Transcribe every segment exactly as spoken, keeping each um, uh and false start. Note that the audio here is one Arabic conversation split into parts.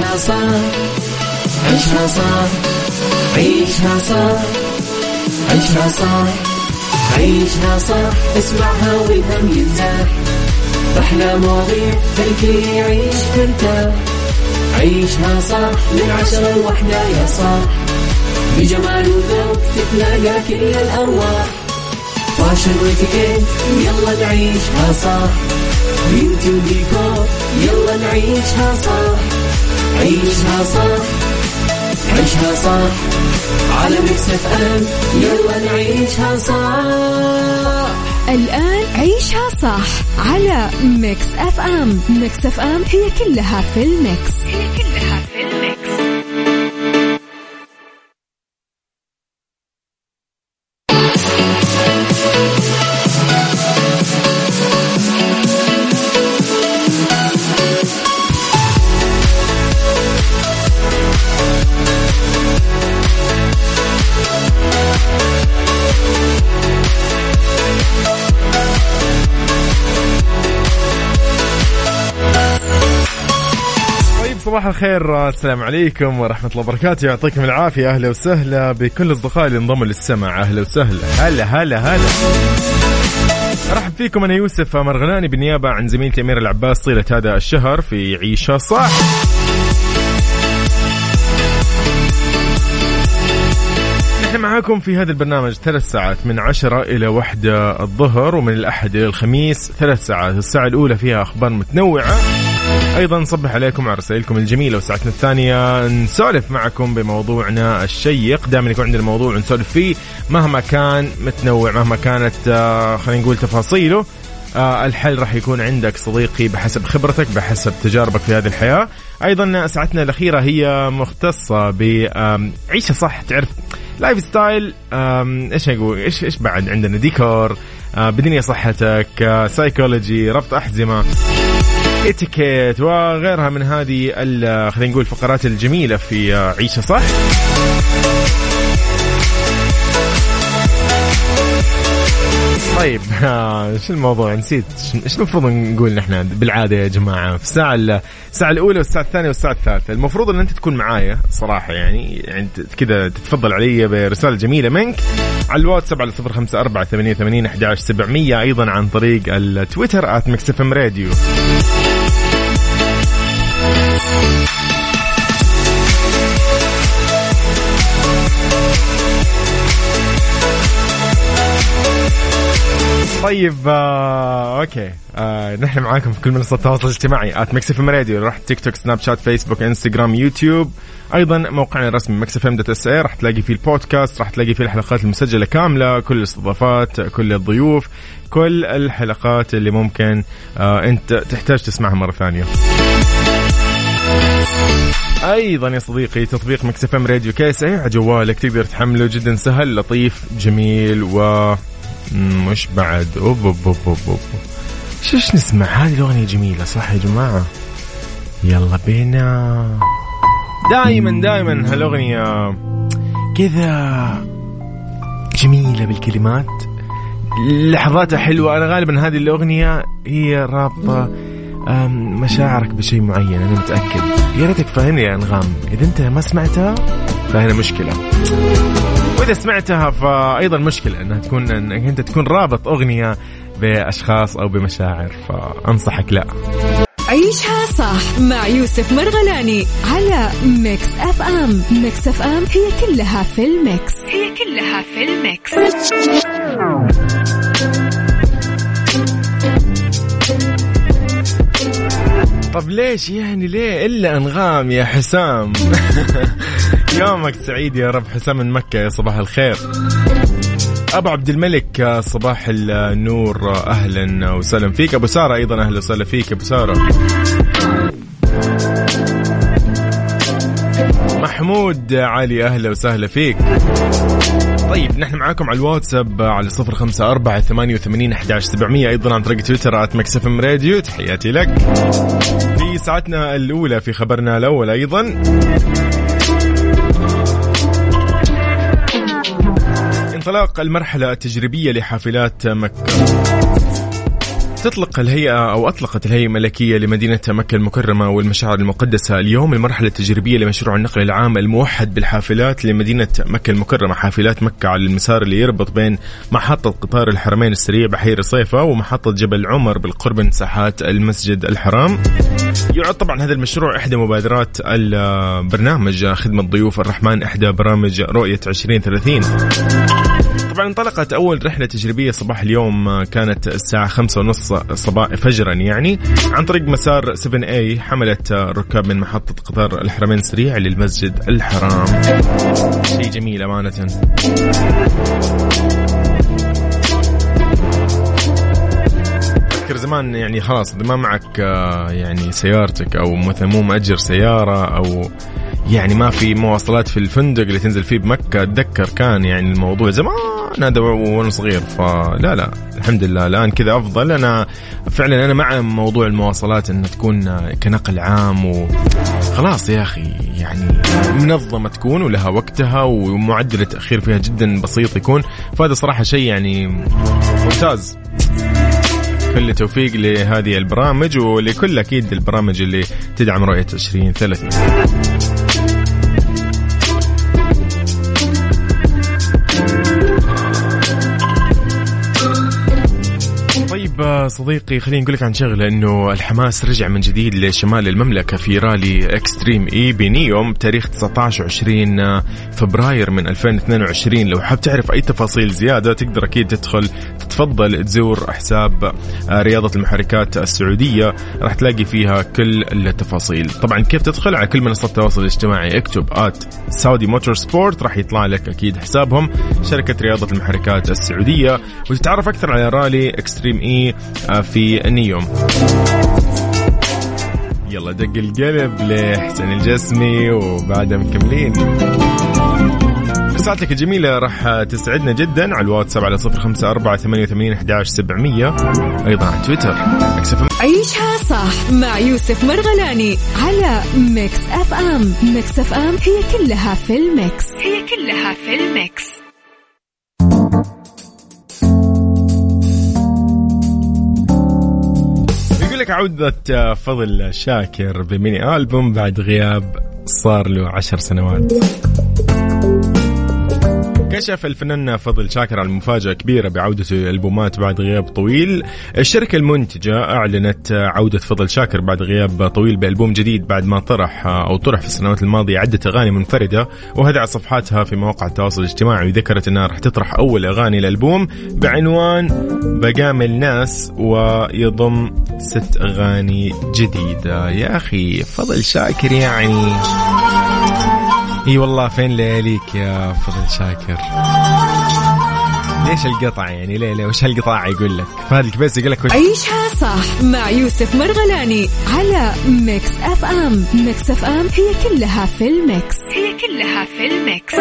عيشها صح عيشها صح عيشها صح عيشها صح عيشها صح اسمعها والهم ينزاح أحلى مواضيع خلي يعيش ترتاح عيشها صح من عشرة لوحدة يا صاح بجمال وذوق تتلاقى كل الأرواح فاشل واتيكيت يلا نعيشها صح بيوتي وديكور يلا نعيشها صح عيشها صح عيشها صح على ميكس اف ام يلا نعيشها صح. الآن عيشها صح على ميكس اف ام. ميكس اف ام هي كلها في الميكس هي كلها في الميكس. صباح الخير، السلام عليكم ورحمة الله وبركاته، يعطيكم العافية. أهلا وسهلا بكل أصدقائي اللي انضموا للسمع. أهلا وسهلا، هلا هلا هلا. أرحب فيكم، أنا يوسف مرغلاني بالنيابة عن زميلتي أمير العباس طيلة هذا الشهر في عيشة صح. نحن معاكم في هذا البرنامج ثلاث ساعات من عشرة إلى واحدة الظهر، ومن الأحد إلى الخميس ثلاث ساعات. الساعة الأولى فيها أخبار متنوعة، أيضا نصبح عليكم على رسائلكم الجميلة، وساعتنا الثانية نسولف معكم بموضوعنا الشيق. دائما يكون عندنا موضوع نسولف فيه مهما كان متنوع، مهما كانت خلينا نقول تفاصيله. الحل راح يكون عندك صديقي بحسب خبرتك، بحسب تجاربك في هذه الحياة. أيضا ساعتنا الأخيرة هي مختصة بعيشة صح، تعرف لايف ستايل، إيش نقول، إيش إيش بعد عندنا ديكور، بدنيا صحتك، سايكولوجي، ربط أحزمة، اتيكيت وغيرها من هذه خلينا نقول الفقرات الجميلة في عيشة صح. طيب شو الموضوع؟ نسيت ايش المفروض نقول نحن بالعادة يا جماعة في الساعة الساعة الأولى والساعة الثانية والساعة الثالثة. المفروض أن أنت تكون معايا صراحة، يعني, يعني كذا تتفضل علي برسالة جميلة منك على الواتساب على صفر خمسة أربعة ثمانية ثمانية أحد عشر سبعمية، أيضا عن طريق التويتر آت ميكس اف ام راديو. طيب آه، أوكي آه، نحن معاكم في كل منصات التواصل الاجتماعي آت ميكس اف ام راديو. راح تيك توك، سناب شات، فيسبوك، انستغرام، يوتيوب. أيضا موقعنا الرسمي ميكس اف ام دوت اس اي، راح تلاقي فيه البودكاست، راح تلاقي فيه الحلقات المسجلة كاملة، كل الاستضافات، كل الضيوف، كل الحلقات اللي ممكن آه أنت تحتاج تسمعها مرة ثانية. أيضا يا صديقي تطبيق ميكس اف ام راديو كيس على جوالك، تقدر تحمله، جدا سهل، لطيف، جميل، و مش بعد أوب أوب أوب أوب أوب. شوش نسمع هذه الأغنية جميلة صح يا جماعة؟ يلا بينا. دائما دائما هالأغنية كذا جميلة بالكلمات، لحظاتها حلوة. أنا غالبا هذه الأغنية هي رابطة مشاعرك بشيء معين، أنا متأكد. يا ريتك فاهمني يا أنغام، إذا أنت ما سمعتها فهنا مشكلة، وإذا سمعتها فأيضا مشكلة أنها تكون أنك أنت تكون رابط أغنية بأشخاص أو بمشاعر، فأنصحك لا. عيشها صح مع يوسف مرغلاني على ميكس اف ام. ميكس اف ام هي كلها في الميكس هي كلها في الميكس. طب ليش يعني ليه إلا أنغام يا حسام؟ يومك سعيد يا رب. حسام من مكة، يا صباح الخير. أبو عبد الملك، صباح النور، أهلا وسهلا فيك. أبو سارة أيضا أهلا وسهلا فيك أبو سارة. محمود علي أهلا وسهلا فيك. طيب نحن معاكم على الواتساب على صفر خمسة أربعة ثمانية ثمانية أحد عشر سبعمية، أيضا عن طريق تويتر آت ميكس اف ام راديو. تحياتي لك. في ساعتنا الأولى في خبرنا الأول أيضا انطلاق المرحلة التجريبية لحافلات مكة. تطلق الهيئة أو أطلقت الهيئة الملكية لمدينة مكة المكرمة والمشاعر المقدسة اليوم المرحلة التجريبية لمشروع النقل العام الموحد بالحافلات لمدينة مكة المكرمة، حافلات مكة على المسار اللي يربط بين محطة قطار الحرمين السريع بحير صيفة ومحطة جبل عمر بالقرب من ساحات المسجد الحرام. يعد طبعا هذا المشروع إحدى مبادرات البرنامج خدمة ضيوف الرحمن، إحدى برامج رؤية عشرين ثلاثين. طبعا انطلقت أول رحلة تجريبية صباح اليوم، كانت الساعة خمسة ونص صباح فجرا يعني، عن طريق مسار سفن اي، حملت الركاب من محطة قطار الحرمين السريع للمسجد الحرام. شيء جميل أمانة. أذكر زمان يعني خلاص إذا ما معك يعني سيارتك أو مثلا مو مأجر سيارة أو يعني ما في مواصلات في الفندق اللي تنزل فيه بمكة، أتذكر كان يعني الموضوع زمان هذا وأنا صغير، فلا لا الحمد لله الآن كذا أفضل. أنا فعلا أنا مع موضوع المواصلات أن تكون كنقل عام وخلاص يا أخي، يعني منظمة تكون ولها وقتها ومعدل التأخير فيها جدا بسيط يكون، فهذا صراحة شيء يعني ممتاز. كل توفيق لهذه البرامج ولكل أكيد البرامج اللي تدعم رؤية عشرين ثلاثين. طيب صديقي خليني نقول لك عن شغلة، إنه الحماس رجع من جديد لشمال المملكة في رالي إكستريم إي بنيوم بتاريخ تسعة عشر وعشرين فبراير من ألفين واثنين وعشرين. لو حاب تعرف أي تفاصيل زيادة تقدر أكيد تدخل تتفضل تزور حساب رياضة المحركات السعودية، راح تلاقي فيها كل التفاصيل. طبعا كيف تدخل؟ على كل منصات التواصل الاجتماعي اكتب آت سعودي موتور سبورت، راح يطلع لك أكيد حسابهم شركة رياضة المحركات السعودية، وتتعرف أكثر على رالي إكستريم إي في نيوم. يلا دق القلب لحسن الجسمي وبعدها مكملين. رسالتك الجميلة راح تسعدنا جدا على الواتساب على صفر خمسة أربعة ثمانية ثمانية أحد عشر سبعمية، أيضا على تويتر. عيشها صح مع يوسف مرغلاني على ميكس أف أم. ميكس أف أم هي كلها في الميكس، هي كلها في الميكس. لك عودة فضل شاكر بميني ألبوم بعد غياب صار له عشر سنوات. كشف الفنان فضل شاكر عن مفاجأة كبيرة بعودة الألبومات بعد غياب طويل. الشركة المنتجة أعلنت عودة فضل شاكر بعد غياب طويل بألبوم جديد بعد ما طرح أو طرح في السنوات الماضية عدة أغاني منفردة، وهذا على صفحاتها في مواقع التواصل الاجتماعي. وذكرت أنها راح تطرح أول أغاني الألبوم بعنوان بجامل ناس، ويضم ست أغاني جديدة. يا أخي فضل شاكر يعني اي والله فين لياليك يا فضل شاكر. ليش القطع يعني ليه ليه وش هالقطاع يقول لك فهذا الكبيس يقول لك وش... عيشها صح مع يوسف مرغلاني على ميكس أف أم. ميكس أف أم هي كلها في الميكس، هي كلها في الميكس.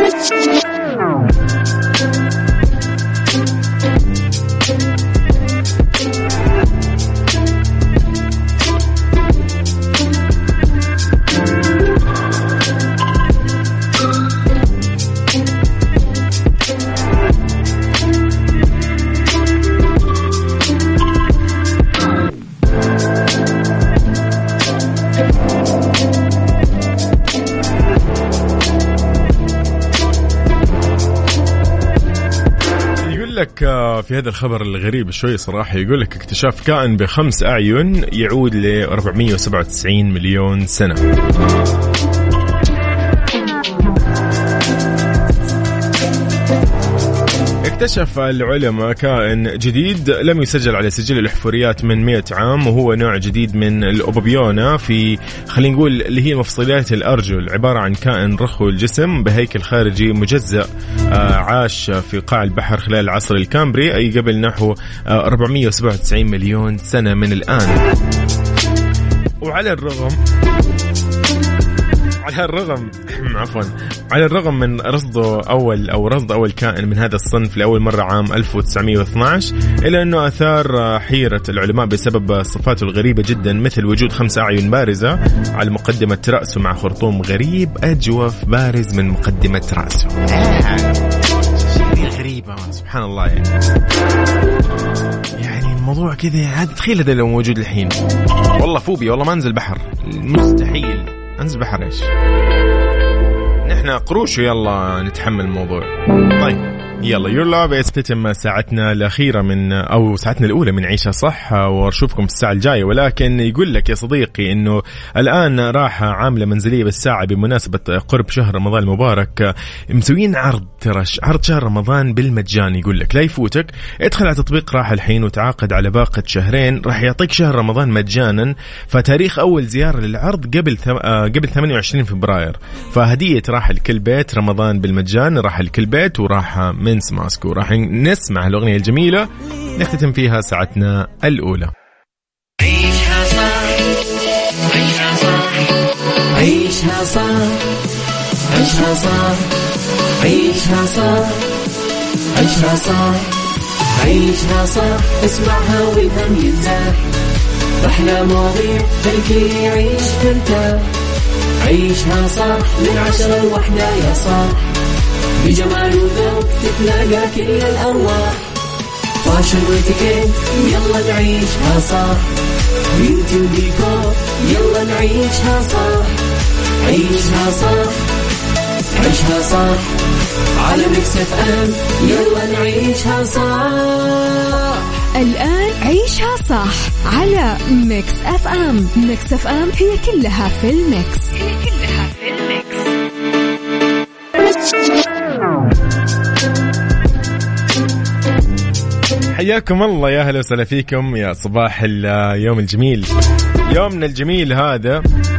في هذا الخبر الغريب شوي صراحة، يقول لك اكتشاف كائن بخمس أعين يعود ل أربعمية وسبعة وتسعين مليون سنة. اكتشف العلماء كائن جديد لم يسجل على سجل الأحفوريات من مئة عام، وهو نوع جديد من الأوبابيونا في خلينا نقول اللي هي مفصليات الأرجل. عبارة عن كائن رخو الجسم بهيكل خارجي مجزأ، عاش في قاع البحر خلال العصر الكامبري، أي قبل نحو أربعمية وسبعة وتسعين مليون سنة من الآن. وعلى الرغم على الرغم عفوا على الرغم من رصده أول أو رصد أول كائن من هذا الصنف لأول مرة عام ألف وتسعمية واثناشر، إلا أنه أثار حيرة العلماء بسبب صفاته الغريبة جدا، مثل وجود خمس أعين بارزة على مقدمة رأسه مع خرطوم غريب أجوف بارز من مقدمة رأسه. شيء غريب غريبة سبحان الله يعني. يعني الموضوع كذا هذا تخيل هذا لو موجود الحين والله فوبيا والله ما انزل بحر مستحيل انزل بحر ايش نحن قروش يلا نتحمل الموضوع. طيب يلا يور لاف تتم ساعتنا الأخيرة من أو ساعتنا الأولى من عيشها صح وأشوفكم في الساعة الجاية. ولكن يقول لك يا صديقي إنه الآن راح عاملة منزلية بالساعة بمناسبة قرب شهر رمضان المبارك مسوين عرض ترى عرض شهر رمضان بالمجان. يقول لك لا يفوتك ادخل على تطبيق راح الحين وتعاقد على باقة شهرين راح يعطيك شهر رمضان مجانا. فتاريخ أول زيارة للعرض قبل ثم... قبل ثمانية وعشرين فبراير. فهدية راح الكل بيت رمضان بالمجان راح الكل بيت وراح من ماسكو. راح نسمع الأغنية الجميلة نختتم فيها ساعتنا الأولى. عيشها صح عيشها صح عيشها صح عيشها صح عيشها صح عيشها صح عيشها صح اسمعها والهم ينزاح أحلى مواضيع خليك يعيش ترتاح. عيشها صح من عشرة لوحدة يا صاح بجمال وذوق تتلاقى كل الأرواح. فاشل واتيكيت يلا نعيشها صح بيوتي وديكور يلا نعيشها صح. عيشها صح عيشها صح على ميكس اف ام يلا نعيشها صح. الآن عيشها صح على ميكس اف ام. ميكس اف ام هي كلها في الميكس هي كلها في الميكس. حياكم الله يا هلا وسهلا فيكم يا صباح اليوم الجميل. يومنا الجميل هذا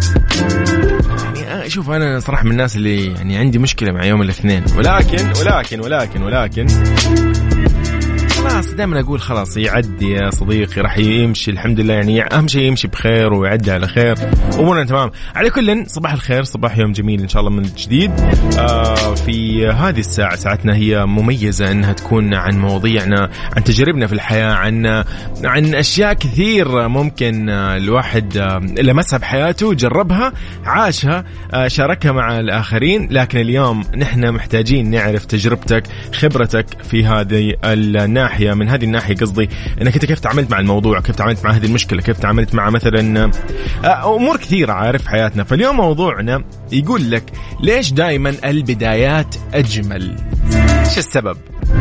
يعني شوف أنا صراحة من الناس اللي يعني عندي مشكلة مع يوم الاثنين ولكن ولكن ولكن ولكن خلاص دائما أقول خلاص يعدي يا صديقي راح يمشي الحمد لله. يعني أهم شيء يمشي بخير ويعدي على خير أمورنا تمام. على كل صباح الخير صباح يوم جميل إن شاء الله من جديد. آه في هذه الساعة ساعتنا هي مميزة أنها تكون عن مواضيعنا عن تجاربنا في الحياة عن عن أشياء كثير ممكن الواحد لمسها بحياته جربها عاشها شاركها مع الآخرين. لكن اليوم نحن محتاجين نعرف تجربتك خبرتك في هذه الناحية من هذه الناحية قصدي انك انت كيف تعاملت مع الموضوع كيف تعاملت مع هذه المشكلة كيف تعاملت مع مثلا امور كثيرة عارف حياتنا. فاليوم موضوعنا يقول لك ليش دائما البدايات اجمل ايش السبب.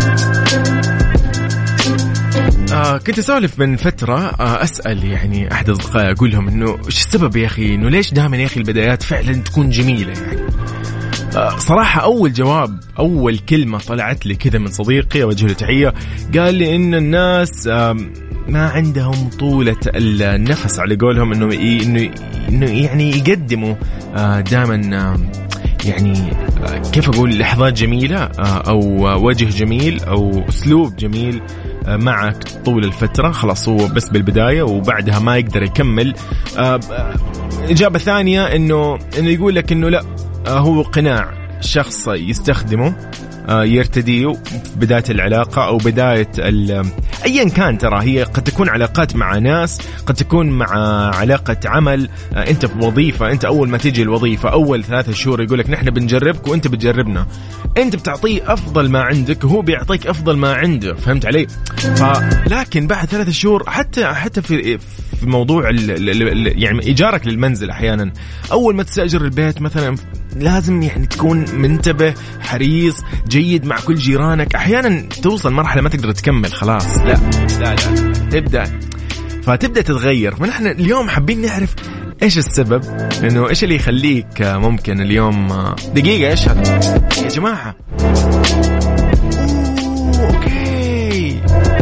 آه كنت أسولف من فترة آه أسأل يعني أحد أصدقائي أقول لهم إنه إيش السبب يا أخي إنه ليش دائما يا أخي البدايات فعلا تكون جميلة يعني. آه صراحة أول جواب أول كلمة طلعت لي كذا من صديقي أوجه له تحية قال لي إن الناس آه ما عندهم طولة النفس على قولهم إنه إنه إنه يعني يقدموا آه دائما آه يعني كيف أقول لحظات جميلة أو وجه جميل أو أسلوب جميل معك طول الفترة خلاص هو بس بالبداية وبعدها ما يقدر يكمل. إجابة ثانية إنه إنه يقول لك إنه لا هو قناع شخص يستخدمه يرتديه في بداية العلاقة أو بداية أيا كان. ترى هي قد تكون علاقات مع ناس قد تكون مع علاقة عمل. أنت في وظيفة أنت أول ما تيجي الوظيفة أول ثلاثة شهور يقولك نحن بنجربك وأنت بتجربنا. أنت بتعطيه أفضل ما عندك وهو بيعطيك أفضل ما عنده فهمت علي. فلكن بعد ثلاثة شهور حتى حتى في في موضوع ال ال يعني إيجارك للمنزل أحيانا أول ما تستأجر البيت مثلا لازم يعني تكون منتبه حريص جيد مع كل جيرانك. أحيانا توصل مرحلة ما تقدر تكمل خلاص لا لا لا تبدأ فتبدأ تتغير. فنحن اليوم حابين نعرف إيش السبب إنه إيش اللي يخليك ممكن اليوم دقيقة إيش هذا يا جماعة. أوه أوكي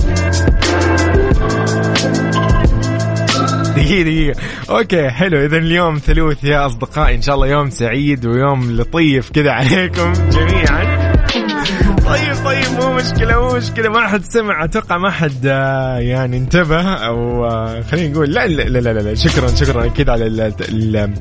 دقيقة دقيقة أوكي حلو. إذن اليوم ثلوث يا أصدقائي إن شاء الله يوم سعيد ويوم لطيف كذا عليكم جميعا. طيب طيب مو مشكلة مو مشكلة ما حد سمع أتوقع ما حد يعني انتبه أو خلينا نقول لا لا لا لا, لا. شكرا شكرا أكيد على ال ال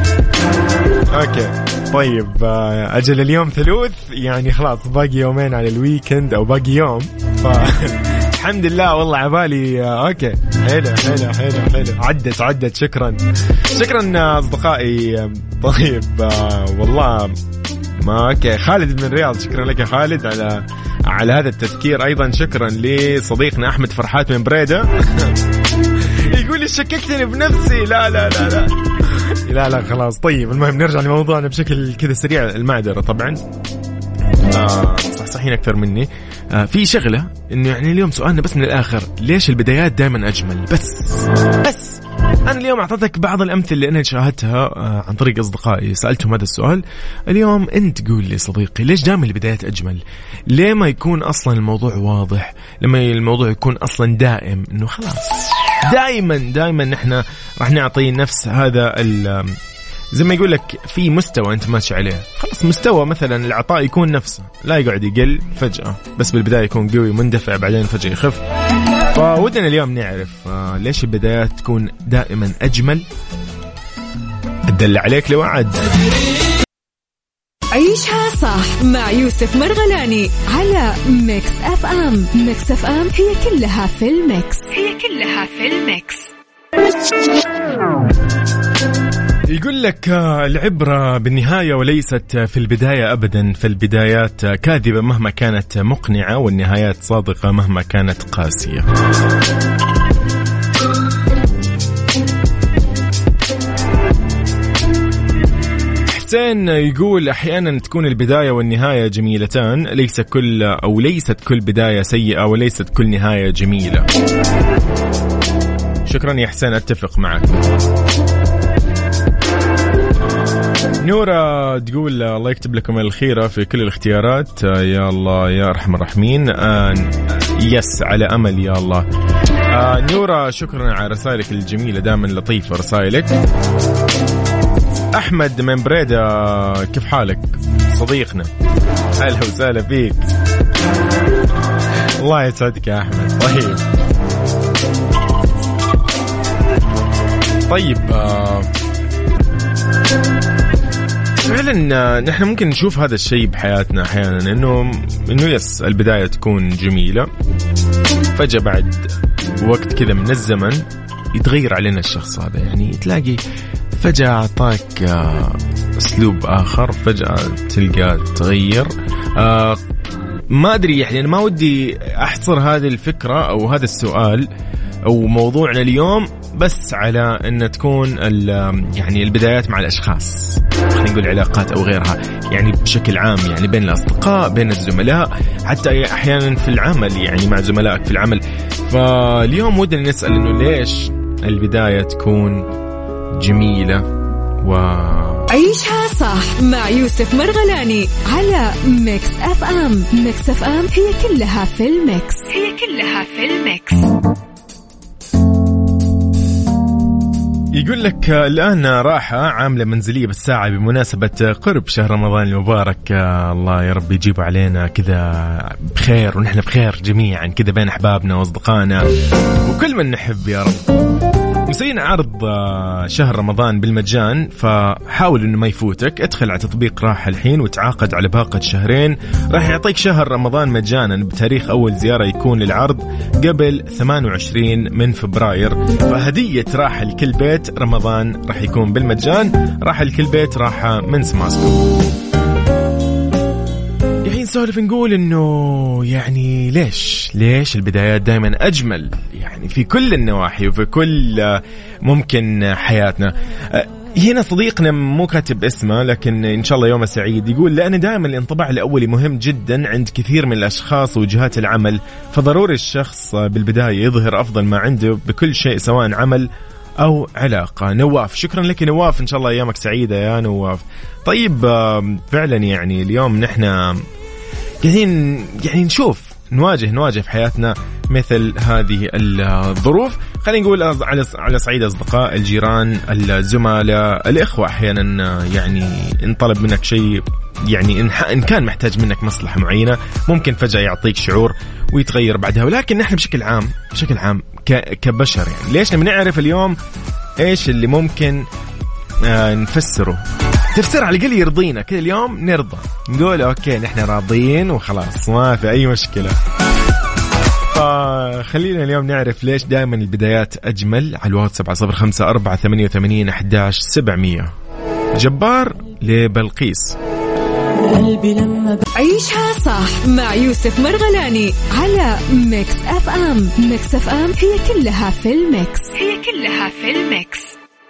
أوكي طيب أجل اليوم ثلوث يعني خلاص باقي يومين على الويكند أو باقي يوم الحمد لله والله عبالي أوكي حلو حلو حلو حلو عدت عدت شكرا شكرا أصدقائي. طيب والله ما اوكي. خالد من الرياض، شكرا لك يا خالد على على هذا التذكير. ايضا شكرا لصديقنا احمد فرحات من بريدة يقول لي شككتني بنفسي. لا لا لا لا لا لا خلاص. طيب المهم نرجع لموضوعنا بشكل كذا سريع. المعذرة طبعا آه صح صحين أكثر مني. آه في شغلة إنه يعني اليوم سؤالنا بس من الآخر، ليش البدايات دائما أجمل؟ بس بس أنا اليوم أعطيتك بعض الأمثلة اللي أنا شاهدتها آه عن طريق أصدقائي، سألتهم هذا السؤال. اليوم أنت قول لي صديقي، ليش دائما البدايات أجمل؟ ليه ما يكون أصلا الموضوع واضح؟ لما الموضوع يكون أصلا دائم إنه خلاص دائما دائما نحن راح نعطي نفس هذا ال زي ما يقول لك في مستوى أنت ماشي عليه، خلاص مستوى مثلا العطاء يكون نفسه، لا يقعد يقل فجأة، بس بالبداية يكون قوي مندفع بعدين فجأة يخف. فودنا اليوم نعرف آه ليش البدايات تكون دائما أجمل. أدل عليك لوعد. عيشها صح مع يوسف مرغلاني على ميكس أف أم. ميكس أف أم هي كلها في الميكس، هي كلها في الميكس. يقول لك العبرة بالنهاية وليست في البداية أبدا، فالبدايات كاذبة مهما كانت مقنعة، والنهايات صادقة مهما كانت قاسية. حسين يقول أحيانا تكون البداية والنهاية جميلتان، ليس كل أو ليست كل بداية سيئة وليست كل نهاية جميلة. شكرا يا حسين، أتفق معك. نورا تقول الله يكتب لكم الخيرة في كل الاختيارات يا الله يا أرحم الراحمين. آه يس على أمل يا الله. آه نورا شكرا على رسائلك الجميلة، دائما لطيفة رسائلك. أحمد من بريدة كيف حالك صديقنا؟ أهلا وسهلا فيك، الله يسعدك يا أحمد. طيب طيب آه فعلا نحن ممكن نشوف هذا الشيء بحياتنا أحيانا، إنه إنه يس البداية تكون جميلة، فجأة بعد وقت كذا من الزمن يتغير علينا الشخص هذا. يعني تلاقي فجأة أعطاك أسلوب آخر، فجأة تلقى تغير. آه ما أدري يعني، أنا ما ودي أحصر هذه الفكرة أو هذا السؤال أو موضوعنا اليوم بس على أن تكون يعني البدايات مع الأشخاص، خلينا نقول علاقات أو غيرها، يعني بشكل عام، يعني بين الأصدقاء، بين الزملاء، حتى أحيانا في العمل، يعني مع زملائك في العمل. فاليوم ودنا نسأل إنه ليش البداية تكون جميلة و عيشها صح مع يوسف مرغلاني على ميكس أف أم. ميكس أف أم هي كلها في الميكس، هي كلها في الميكس. يقول لك الآن راحة عاملة منزلية بالساعة بمناسبة قرب شهر رمضان المبارك. الله يا رب يجيب علينا كذا بخير ونحن بخير جميعا كذا بين أحبابنا وأصدقائنا وكل من نحب يا رب. مسوين عرض شهر رمضان بالمجان، فحاول انه ما يفوتك. ادخل على تطبيق راحة الحين وتعاقد على باقة شهرين، راح يعطيك شهر رمضان مجانا بتاريخ اول زيارة يكون للعرض قبل ثمانية وعشرين من فبراير. فهدية راحة لكل بيت رمضان راح يكون بالمجان. راحة لكل بيت راحة من سماسكو. الحين سولف نقول انه يعني ليش ليش البدايات دائما اجمل، يعني في كل النواحي وفي كل ممكن حياتنا. هنا صديقنا مو كاتب اسمه لكن ان شاء الله يوم سعيد، يقول لأن دائما الانطباع الاولي مهم جدا عند كثير من الاشخاص وجهات العمل، فضروري الشخص بالبداية يظهر افضل ما عنده بكل شيء سواء عمل أو علاقة. نواف شكرا لك نواف، إن شاء الله أيامك سعيدة يا نواف. طيب فعلا يعني اليوم نحن قاعدين يعني نشوف نواجه نواجه في حياتنا مثل هذه الظروف. خلينا نقول على على صعيد أصدقاء، الجيران، الزملاء، الإخوة. أحيانا يعني إن طلب منك شيء، يعني إن, إن كان محتاج منك مصلحة معينة، ممكن فجأة يعطيك شعور ويتغير بعدها. ولكن نحن بشكل عام بشكل عام كبشر يعني ليش نبي نعرف اليوم إيش اللي ممكن آه نفسره تفسير على الأقل يرضينا كذا. اليوم نرضى نقول أوكي نحن راضين وخلاص ما في أي مشكلة. فخلينا اليوم نعرف ليش دائما البدايات أجمل. على الواتس سبعة صفر خمسة أربعة ثمانية وثمانين أحد عشر سبعمية. جبار لبلقيس. قلبي لما ب... عيشها صح مع يوسف مرغلاني على ميكس اف ام. ميكس اف ام هي كلها في الميكس، هي كلها في الميكس.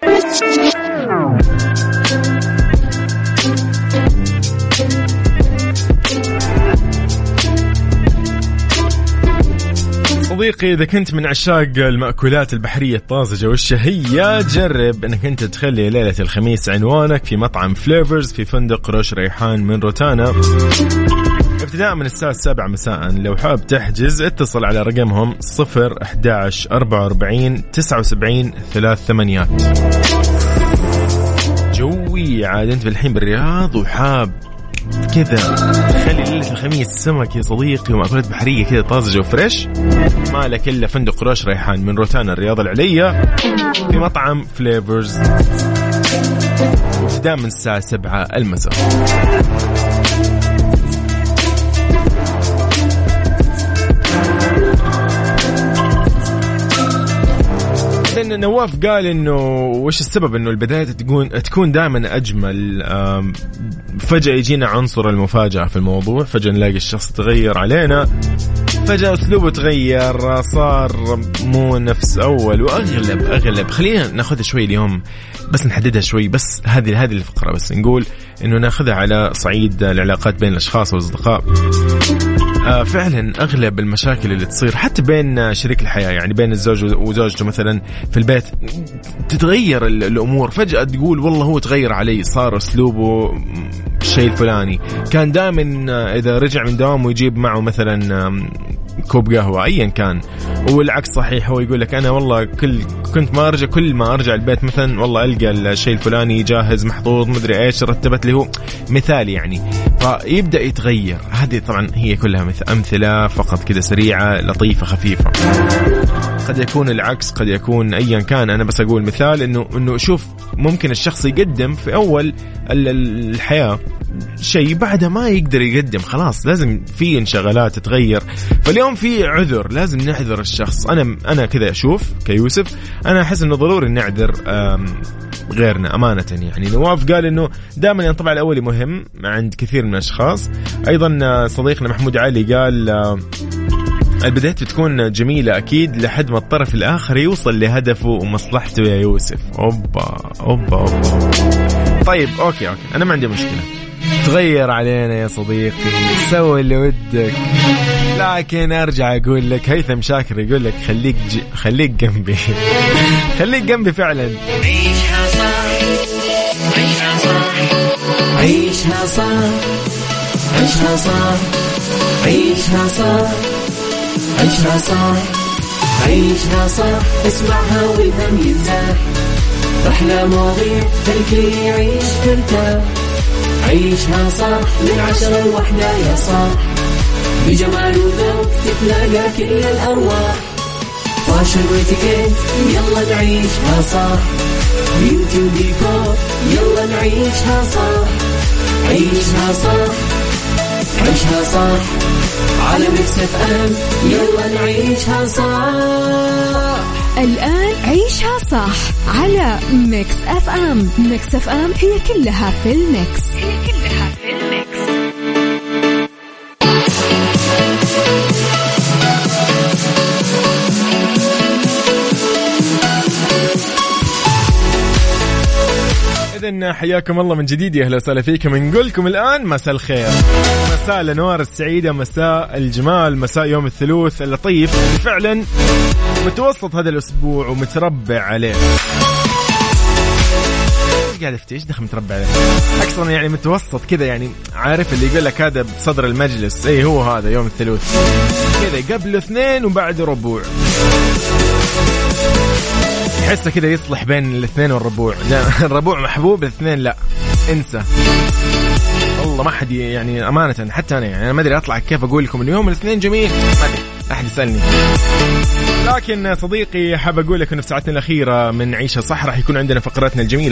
صديقي إذا كنت من عشاق المأكولات البحرية الطازجة والشهية، جرب أنك أنت تخلي ليلة الخميس عنوانك في مطعم فليفرز في فندق روش ريحان من روتانا ابتداء من الساعة السابعة مساء. لو حاب تحجز اتصل على رقمهم صفر أحد عشر أربعة وأربعين تسعة وسبعين ثلاث ثمانيات. جوي عاد أنت بالحين بالرياض وحاب كذا خلي ليلة الخميس سمك يا صديقي ومأكولات بحرية كذا طازجة وفريش، ما لك إلا فندق روش ريحان من روتانا الرياض العليا في مطعم فليفرز ابتداء من الساعة سبعة المساء. لأن نواف قال إنه وش السبب إنه البداية تكون تكون دائما أجمل، فجأة يجينا عنصر المفاجأة في الموضوع، فجأة نلاقي الشخص تغير علينا، فجأة أسلوبه تغير، صار مو نفس أول. وأغلب أغلب خلينا ناخذها شوي اليوم بس نحددها شوي، بس هذه هذه الفقرة بس نقول إنه ناخذها على صعيد العلاقات بين الأشخاص والأصدقاء. آه فعلا أغلب المشاكل اللي تصير حتى بين شريك الحياة، يعني بين الزوج وزوجته مثلا في البيت، تتغير الأمور فجأة، تقول والله هو تغير علي، صار أسلوبه الشيء الفلاني، كان دائما إذا رجع من دوامه يجيب معه مثلا كوب قهوة أيا كان، والعكس صحيح، هو يقول لك أنا والله كل كنت ما أرجع كل ما أرجع البيت مثلا والله ألقى الشيء الفلاني جاهز محطوط مدري إيش رتبت له، مثال يعني، فيبدأ يتغير. هذه طبعا هي كلها أمثلة فقط كده سريعة لطيفة خفيفة، قد يكون العكس قد يكون أيا كان، أنا بس أقول مثال إنه إنه شوف ممكن الشخص يقدم في أول الحياة شيء بعدها ما يقدر يقدم، خلاص لازم في انشغالات تتغير، فاليوم في عذر لازم نعذر الشخص. أنا أنا كذا أشوف كيوسف، أنا أحس إنه ضروري نعذر غيرنا أمانة. يعني نواف قال إنه دائما ينطبع الأولي مهم عند كثير من الأشخاص. أيضا صديقنا محمود علي قال البدايات بتكون جميلة أكيد لحد ما الطرف الآخر يوصل لهدفه ومصلحته يا يوسف. أوبا أوبا أوبا. طيب أوكي أوكي أنا ما عندي مشكلة، تغير علينا يا صديقي، سوي اللي ودك، لكن أرجع أقول لك هيثم شاكر يقول لك خليك ج... خليك جنبي خليك جنبي فعلا. عيشها صح عيشها صح عيشها صح عيشها صح عيشها صح عيشها صح عيشها صح اسمعها والهم ينزاح، أحلى مواضيع خلي يعيش ترتاح. عيشها صح من عشرة لوحدة يا صاح، بجمال وذوق تتلاقى كل الأرواح، فاشل واتيكيت يلا نعيشها صح، بيوتي وديكور يلا نعيشها صح. عيشها صح عيشها صح على ميكس اف ام يلا نعيشها صح. الآن عيشها صح على ميكس اف ام. ميكس اف ام هي كلها في الميكس، هي كلها في الميكس. إذن حياكم الله من جديد، يا أهلا وسهلا فيكم. نقول لكم الآن مساء الخير، مساء الأنوار السعيدة، مساء الجمال، مساء يوم الثلاث اللطيف فعلا متوسط هذا الأسبوع ومتربع عليه. قاعد افتيش دخل متربع عليه أكثر يعني متوسط كذا، يعني عارف اللي يقول لك هذا بصدر المجلس، اي هو هذا يوم الثلاث كذا، قبل اثنين وبعد ربوع، حسه كذا يصلح بين الاثنين والربوع. الربوع محبوب، الاثنين لا انسى والله، ما حد يعني أمانة حتى أنا يعني أنا ما أدري أطلع كيف أقول لكم اليوم الاثنين جميل، ما أدري أحد يسألني. لكن صديقي حاب أقول لك إنه في ساعتنا الأخيرة من عيشة صح راح يكون عندنا فقراتنا الجميلة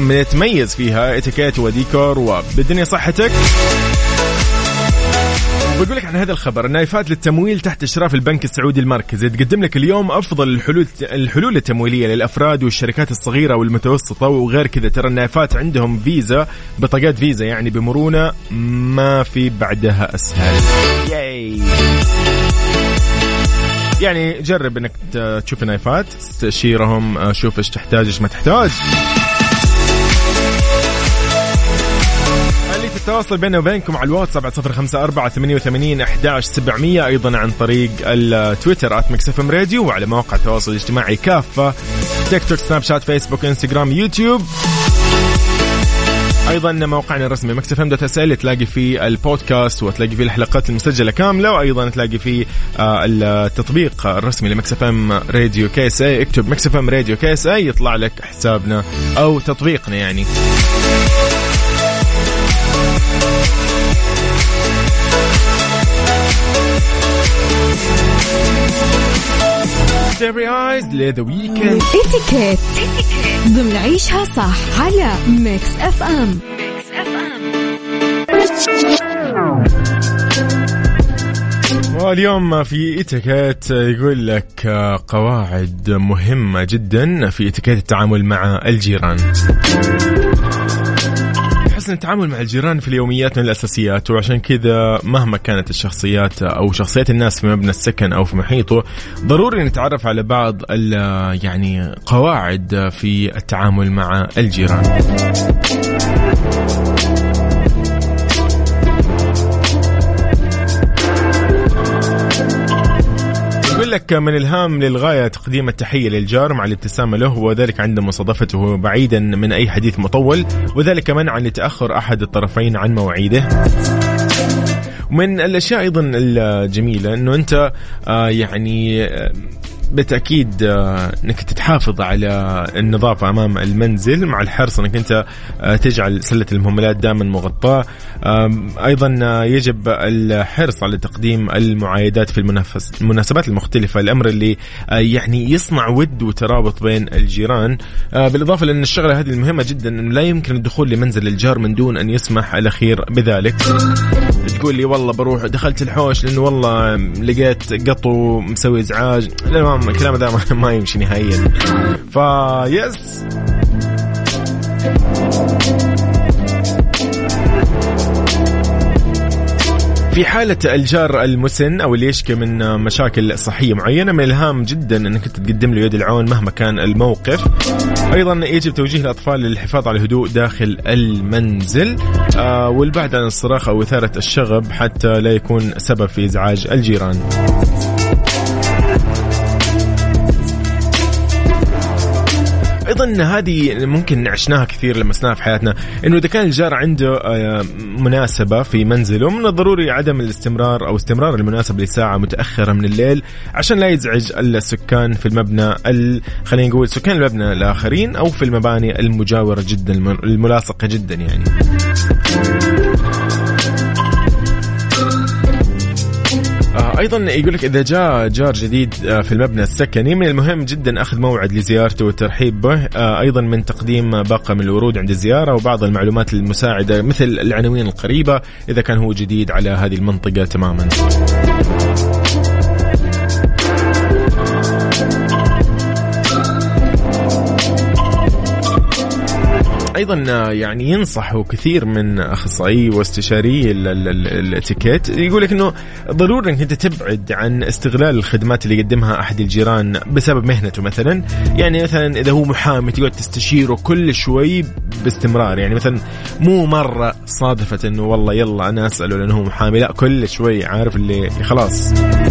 المتميز فيها اتيكيت وديكور وبالدنيا صحتك، بقول لك عن هذا الخبر، النايفات للتمويل تحت إشراف البنك السعودي المركزي تقدم لك اليوم أفضل الحلول الحلول التمويلية للأفراد والشركات الصغيرة والمتوسطة. وغير كذا ترى النايفات عندهم فيزا، بطاقات فيزا يعني بمرونة ما في بعدها أسهل. ياي. يعني جرب انك تشوف النايفات، تستشيرهم، شوف ايش تحتاج ايش ما تحتاج. اللي تتواصل بيننا وبينكم على الواتس سبعة صفر خمسة أربعة ثمانية وثمانين أحد عشر سبعمية، أيضا عن طريق التويتر آت ميكس إف إم راديو، وعلى مواقع التواصل الاجتماعي كافة، تيك توك، سناب شات، فيسبوك، انستغرام، يوتيوب. أيضا موقعنا الرسمي ميكس إف إم دوت إس إل تلاقي فيه البودكاست وتلاقي فيه الحلقات المسجلة كاملة، وأيضا تلاقي فيه التطبيق الرسمي لميكس إف إم راديو كي إس إيه. اكتب ميكس إف إم راديو كي إس إيه يطلع لك حسابنا أو تطبيقنا يعني. اتيكيت ضمن عيشها صح على ميكس اف ام. واليوم في اتيكيت يقول لك قواعد مهمة جدا في اتيكيت التعامل مع الجيران. أحس أن التعامل مع الجيران في اليوميات من الأساسيات، وعشان كذا مهما كانت الشخصيات أو شخصيات الناس في مبنى السكن أو في محيطه ضروري نتعرف على بعض يعني قواعد في التعامل مع الجيران. يقول لك من الهام للغاية تقديم التحية للجار مع الابتسامة له، وذلك عند مصادفته بعيدا من أي حديث مطول، وذلك منعا لتأخر أحد الطرفين عن مواعيده. ومن الأشياء أيضا الجميلة أنه أنت آه يعني آه بالتأكيد أنك تتحافظ على النظافة أمام المنزل، مع الحرص أنك أنت تجعل سلة المهملات دائما مغطاة. أيضا يجب الحرص على تقديم المعايدات في المناسبات المختلفة، الأمر اللي يعني يصنع ود وترابط بين الجيران. بالإضافة لأن الشغلة هذه المهمة جدا أنه لا يمكن الدخول لمنزل الجار من دون أن يسمح الأخير بذلك. تقول لي والله بروح دخلت الحوش لأنه والله لقيت قطو مسوي إزعاج، لا الكلام ده ما يمشي نهائيا. فيس في حالة الجار المسن أو اللي يشكي من مشاكل صحية معينة، من الهام جدا أنك تقدم له يد العون مهما كان الموقف. أيضا يجب توجيه الأطفال للحفاظ على الهدوء داخل المنزل، آه والبعد عن الصراخ أو إثارة الشغب حتى لا يكون سبب في إزعاج الجيران. أيضا هذه ممكن عشناها كثير لمسناها في حياتنا، إنه إذا كان الجار عنده مناسبة في منزله من الضروري عدم الاستمرار أو استمرار المناسبة لساعة متأخرة من الليل عشان لا يزعج السكان في المبنى، خلينا نقول سكان المبنى الآخرين أو في المباني المجاورة جدا الملاصقة جدا يعني. أيضا يقولك إذا جاء جار جديد في المبنى السكني من المهم جدا أخذ موعد لزيارته والترحيب به، أيضا من تقديم باقة من الورود عند الزيارة وبعض المعلومات المساعدة مثل العناوين القريبة إذا كان هو جديد على هذه المنطقة تماما. أيضا يعني ينصحوا كثير من أخصائي واستشاري الاتيكيت، يقولك إنه ضروري إنك أنت تبعد عن استغلال الخدمات اللي يقدمها أحد الجيران بسبب مهنته مثلا. يعني مثلا إذا هو محامي تقعد تستشيره كل شوي باستمرار، يعني مثلا مو مرة صادفت إنه والله يلا أنا أسأله لأنه هو محامي، لا كل شوي عارف اللي خلاص.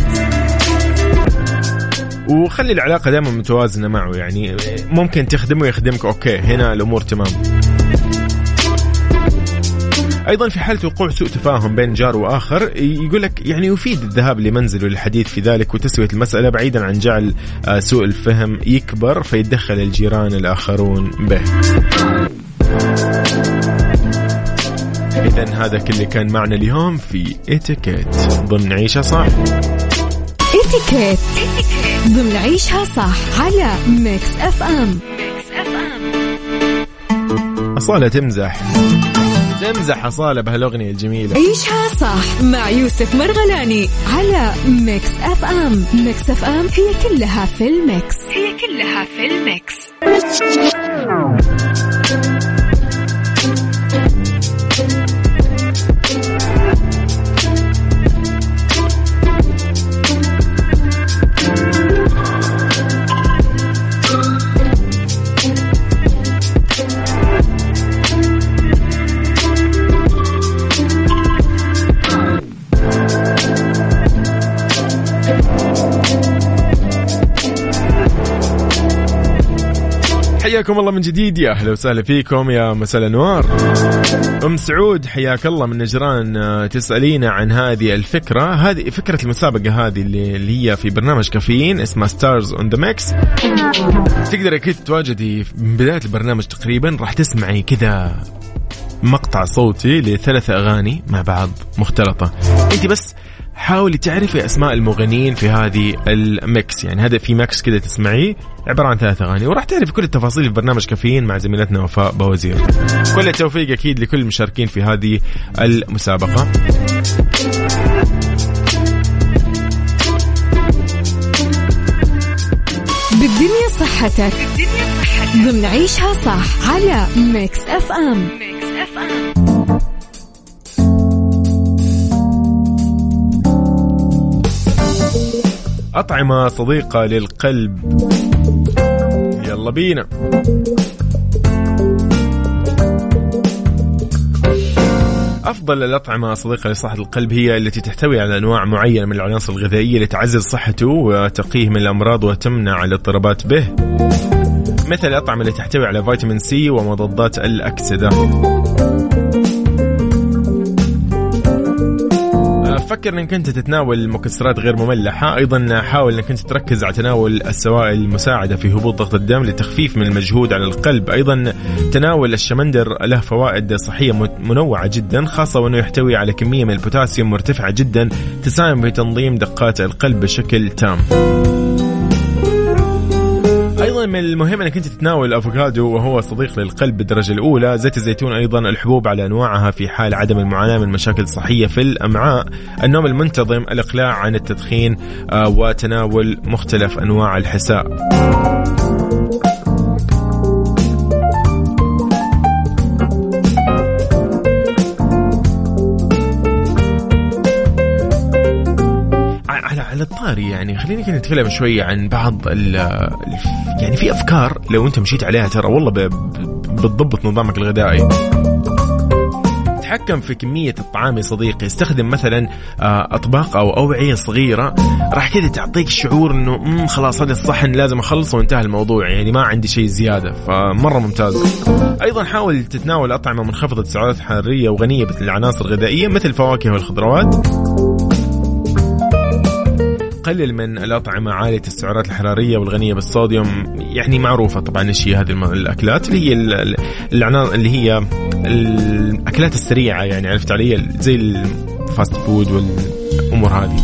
وخلي العلاقة دائما متوازنة معه، يعني ممكن تخدمه ويخدمك أوكي هنا الأمور تمام. أيضا في حالة وقوع سوء تفاهم بين جار وآخر يقولك يعني يفيد الذهاب لمنزله للحديث في ذلك وتسوية المسألة بعيدا عن جعل سوء الفهم يكبر فيتدخل الجيران الآخرون به. إذن هذا كل اللي كان معنا اليوم في اتيكيت ضمن عيشها صح. اتيكيت ضمن عيشها صح على ميكس اف ام. أصالة تمزح تمزح أصالة بهالأغنية الجميلة. عيشها صح مع يوسف مرغلاني على ميكس أف أم. ميكس أف أم هي كلها في الميكس، هي كلها في الميكس. حياكم الله من جديد، يا أهلا وسهلا فيكم، يا مساء الأنوار. أم سعود حياك الله من نجران، تسألينا عن هذه الفكرة. هذه فكرة المسابقة هذه اللي, اللي هي في برنامج كافيين اسمها ستارز اون ذا ميكس. تقدر أكيد تواجدي من بداية البرنامج تقريبا راح تسمعي كذا مقطع صوتي لثلاث أغاني مع بعض مختلطة. أنت بس حاولي تعرفي أسماء المغنيين في هذه الميكس، يعني هذا في ميكس كده تسمعيه عبارة عن ثلاث أغاني، وراح تعرفي كل التفاصيل في برنامج كافيين مع زميلتنا وفاء بوزير. كل التوفيق أكيد لكل المشاركين في هذه المسابقة. بالدنيا صحتك ضمن عيشها صح على ميكس أف أم. ميكس أف أم. أطعمة صديقة للقلب، يلا بينا. أفضل الأطعمة صديقة لصحة القلب هي التي تحتوي على أنواع معينة من العناصر الغذائية لتعزز صحته وتقيه من الأمراض وتمنع الاضطرابات به، مثل الأطعمة التي تحتوي على فيتامين سي ومضادات الأكسدة. فكر انك انت تتناول مكسرات غير مملحة. ايضا حاول انك انت تركز على تناول السوائل المساعدة في هبوط ضغط الدم لتخفيف من المجهود على القلب. ايضا تناول الشمندر له فوائد صحية منوعة جدا، خاصة وانه يحتوي على كمية من البوتاسيوم مرتفعة جدا تساهم في تنظيم دقات القلب بشكل تام. أيضا من المهم أنك أنت تتناول الأفوكادو وهو صديق للقلب بالدرجة الأولى. زيت الزيتون أيضا، الحبوب على أنواعها في حال عدم المعاناة من مشاكل صحية في الأمعاء، النوم المنتظم، الإقلاع عن التدخين، وتناول مختلف أنواع الحساء. على الطاري يعني خليني كده نتكلم شوية عن بعض ال يعني في أفكار لو أنت مشيت عليها ترى والله بتضبط نظامك الغذائي. تحكم في كمية الطعام يا صديقي. استخدم مثلا أطباق أو أوعية صغيرة راح كده تعطيك شعور إنه مم خلاص هذا الصحن لازم أخلصه وانتهى الموضوع، يعني ما عندي شيء زيادة، فمرة ممتاز. أيضا حاول تتناول أطعمة منخفضة السعرات الحرارية وغنية بالعناصر الغذائية مثل الفواكه والخضروات. قلل من الأطعمة عالية السعرات الحرارية والغنية بالصوديوم، يعني معروفة طبعا ايش هي هذه الأكلات اللي هي العناصر اللي هي الأكلات السريعة، يعني عرفت علي زي الفاست فود والأمور هذه.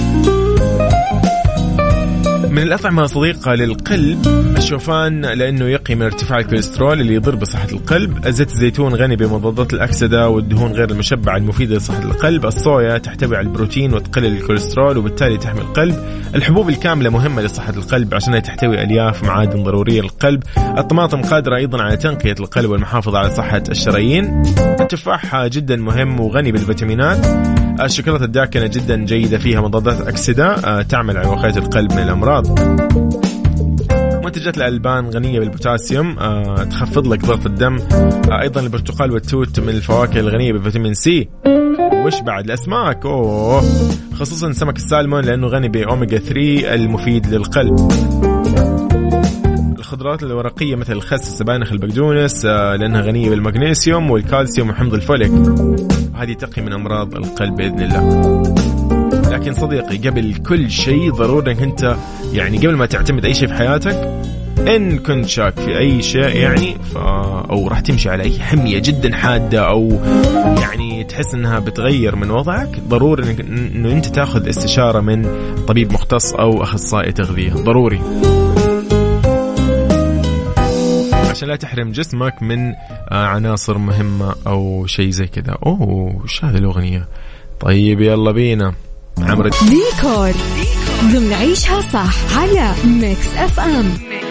من الأطعمة صديقة للقلب الشوفان، لأنه يقي من ارتفاع الكوليسترول اللي يضر بصحة القلب. زيت الزيتون غني بمضادات الأكسدة والدهون غير المشبعة المفيدة لصحة القلب. الصويا تحتوي على البروتين وتقلل الكوليسترول وبالتالي تحمي القلب. الحبوب الكاملة مهمة لصحة القلب عشانها تحتوي ألياف معادن ضرورية للقلب. الطماطم قادرة أيضا على تنقية القلب والمحافظة على صحة الشرايين. التفاح جدا مهم وغني بالفيتامينات. الشوكولاتة الداكنة جدا جيدة، فيها مضادات أكسدة تعمل على وقاية القلب من الأمراض. منتجات الألبان غنية بالبوتاسيوم تخفض لك ضغط الدم. أيضا البرتقال والتوت من الفواكه الغنية بفيتامين سي. وش بعد؟ الأسماك، أوه خصوصا سمك السالمون لأنه غني بأوميجا ثلاثة المفيد للقلب. الخضروات الورقية مثل الخس، السبانخ، البقدونس لأنها غنية بالمغنيسيوم والكالسيوم وحمض الفوليك، هذه تقي من أمراض القلب بإذن الله. لكن صديقي قبل كل شيء ضروري أنك أنت يعني قبل ما تعتمد أي شيء في حياتك، إن كنت شاك في أي شيء يعني ف... أو راح تمشي على أي حمية جدا حادة أو يعني تحس أنها بتغير من وضعك، ضروري إنك... أنه أنت تأخذ استشارة من طبيب مختص أو أخصائي تغذية، ضروري. عشان لا تحرم جسمك من عناصر مهمة أو شيء زي كذا. أوه وش هذه الأغنية؟ طيب يلا بينا عمرو ديكور ضمن عيشها صح على ميكس اف ام.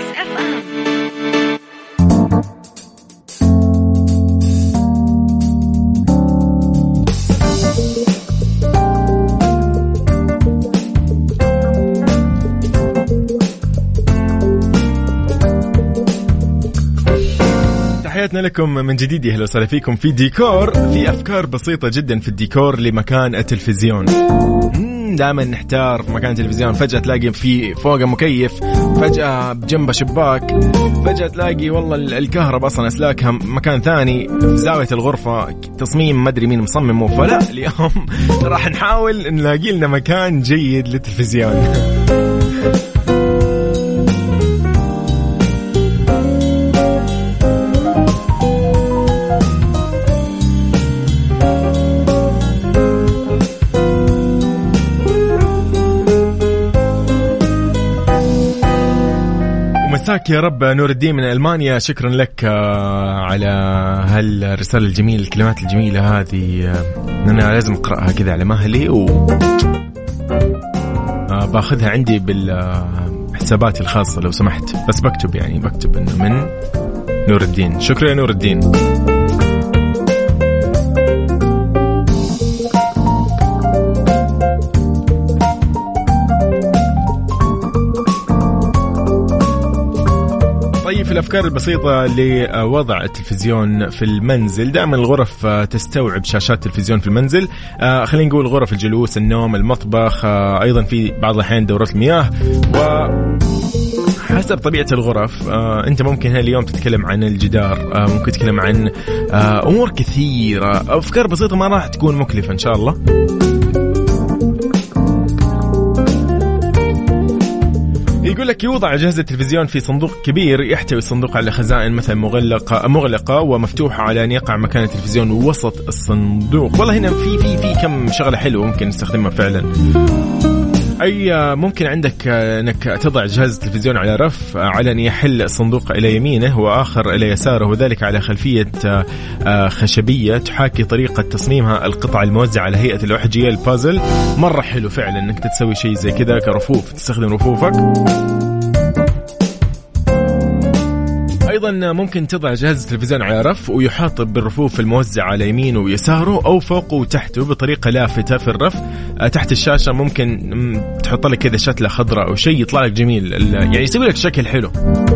تحياتنا لكم من جديد. أهلا وسهلا فيكم في ديكور. في أفكار بسيطة جدا في الديكور لمكان التلفزيون. دائما نحتار في مكان التلفزيون، فجأة تلاقي في فوقه مكيف، فجأة بجنبه شباك، فجأة تلاقي والله الكهرباء أصلا أسلاكها مكان ثاني، في زاوية الغرفة تصميم ما أدري مين مصممه. فلا اليوم راح نحاول نلاقي لنا مكان جيد للتلفزيون. مساك يا رب نور الدين من ألمانيا، شكرا لك على هالرسالة الجميلة، الكلمات الجميلة هذه. أنا لازم أقرأها كذا على مهلي و باخذها عندي بالحسابات الخاصة لو سمحت، بس بكتب يعني بكتب إنه من نور الدين. شكرا يا نور الدين. في الأفكار البسيطة لوضع التلفزيون في المنزل، دائما الغرف تستوعب شاشات تلفزيون في المنزل. آه خلينا نقول غرف الجلوس، النوم، المطبخ، آه أيضا في بعض الأحيان دورات المياه. وحسب طبيعة الغرف آه أنت ممكن اليوم تتكلم عن الجدار، آه ممكن تتكلم عن آه أمور كثيرة. أفكار بسيطة ما راح تكون مكلفة إن شاء الله. يقول لك يوضع جهاز التلفزيون في صندوق كبير، يحتوي الصندوق على خزائن مثلا مغلقة مغلقة ومفتوحة على أن يقع مكان التلفزيون وسط الصندوق. والله هنا في في في كم شغلة حلوة ممكن نستخدمها فعلا. أي ممكن عندك أنك تضع جهاز التلفزيون على رف على أن يحل الصندوق إلى يمينه وآخر إلى يساره، وذلك على خلفية خشبية تحاكي طريقة تصميمها القطع الموزعة على هيئة الأحجية البازل. مرة حلو فعلا أنك تسوي شيء زي كذا كرفوف، تستخدم رفوفك. أيضا ممكن تضع جهاز التلفزيون على رف ويحاط بالرفوف الموزعة على يمينه ويساره أو فوقه وتحته بطريقة لافتة في الرف. تحت الشاشة ممكن تحط لك كذا شتلة خضراء أو شيء يطلع لك جميل، يعني يسوي لك شكل حلو.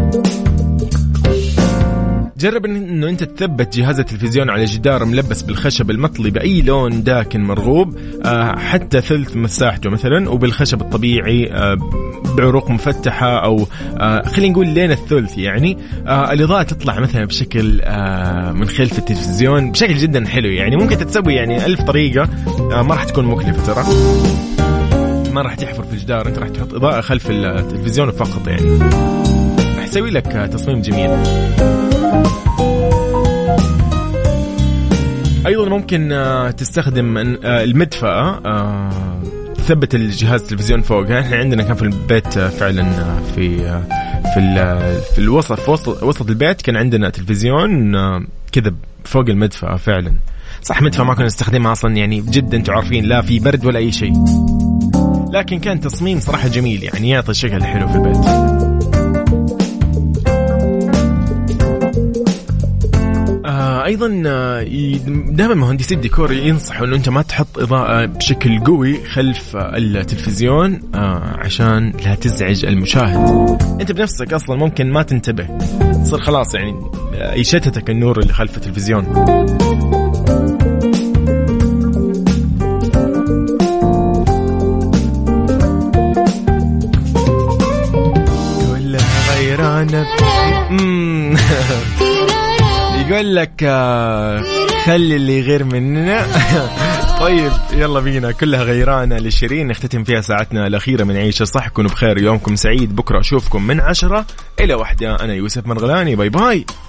جرب انه انت تثبت جهاز التلفزيون على جدار ملبس بالخشب المطلي باي لون داكن مرغوب، حتى ثلث مساحته مثلا، وبالخشب الطبيعي بعروق مفتحه او خلينا نقول لين الثلث. يعني الاضاءه تطلع مثلا بشكل من خلف التلفزيون بشكل جدا حلو. يعني ممكن تسوي يعني ألف طريقه، ما راح تكون مكلفه ترى، ما راح تحفر في الجدار، انت راح تحط اضاءه خلف التلفزيون فقط، يعني راح يسوي لك تصميم جميل. أيضا ممكن تستخدم المدفأة تثبت الجهاز التلفزيون فوقها. احنا عندنا كان في البيت فعلا في في في الوسط في وسط وسط البيت كان عندنا تلفزيون كذا فوق المدفأة فعلا. صح مدفأة ما كنا نستخدمها أصلا، يعني جدا انتوا عارفين لا في برد ولا أي شيء، لكن كان تصميم صراحة جميل، يعني يعطي شكل حلو في البيت. أيضا دائما مهندسي الديكور ينصحوا أنه أنت ما تحط إضاءة بشكل قوي خلف التلفزيون عشان لا تزعج المشاهد. أنت بنفسك أصلا ممكن ما تنتبه، تصير خلاص يعني يشتتك النور اللي خلف التلفزيون. كلها غيرانة يقول لك خلي اللي غير مننا. طيب يلا بينا، كلها غيرانة لشيرين نختتم فيها ساعتنا الأخيرة من عيشة صح. كونوا بخير، يومكم سعيد، بكرة أشوفكم من عشرة إلى واحدة. أنا يوسف مرغلاني، باي باي.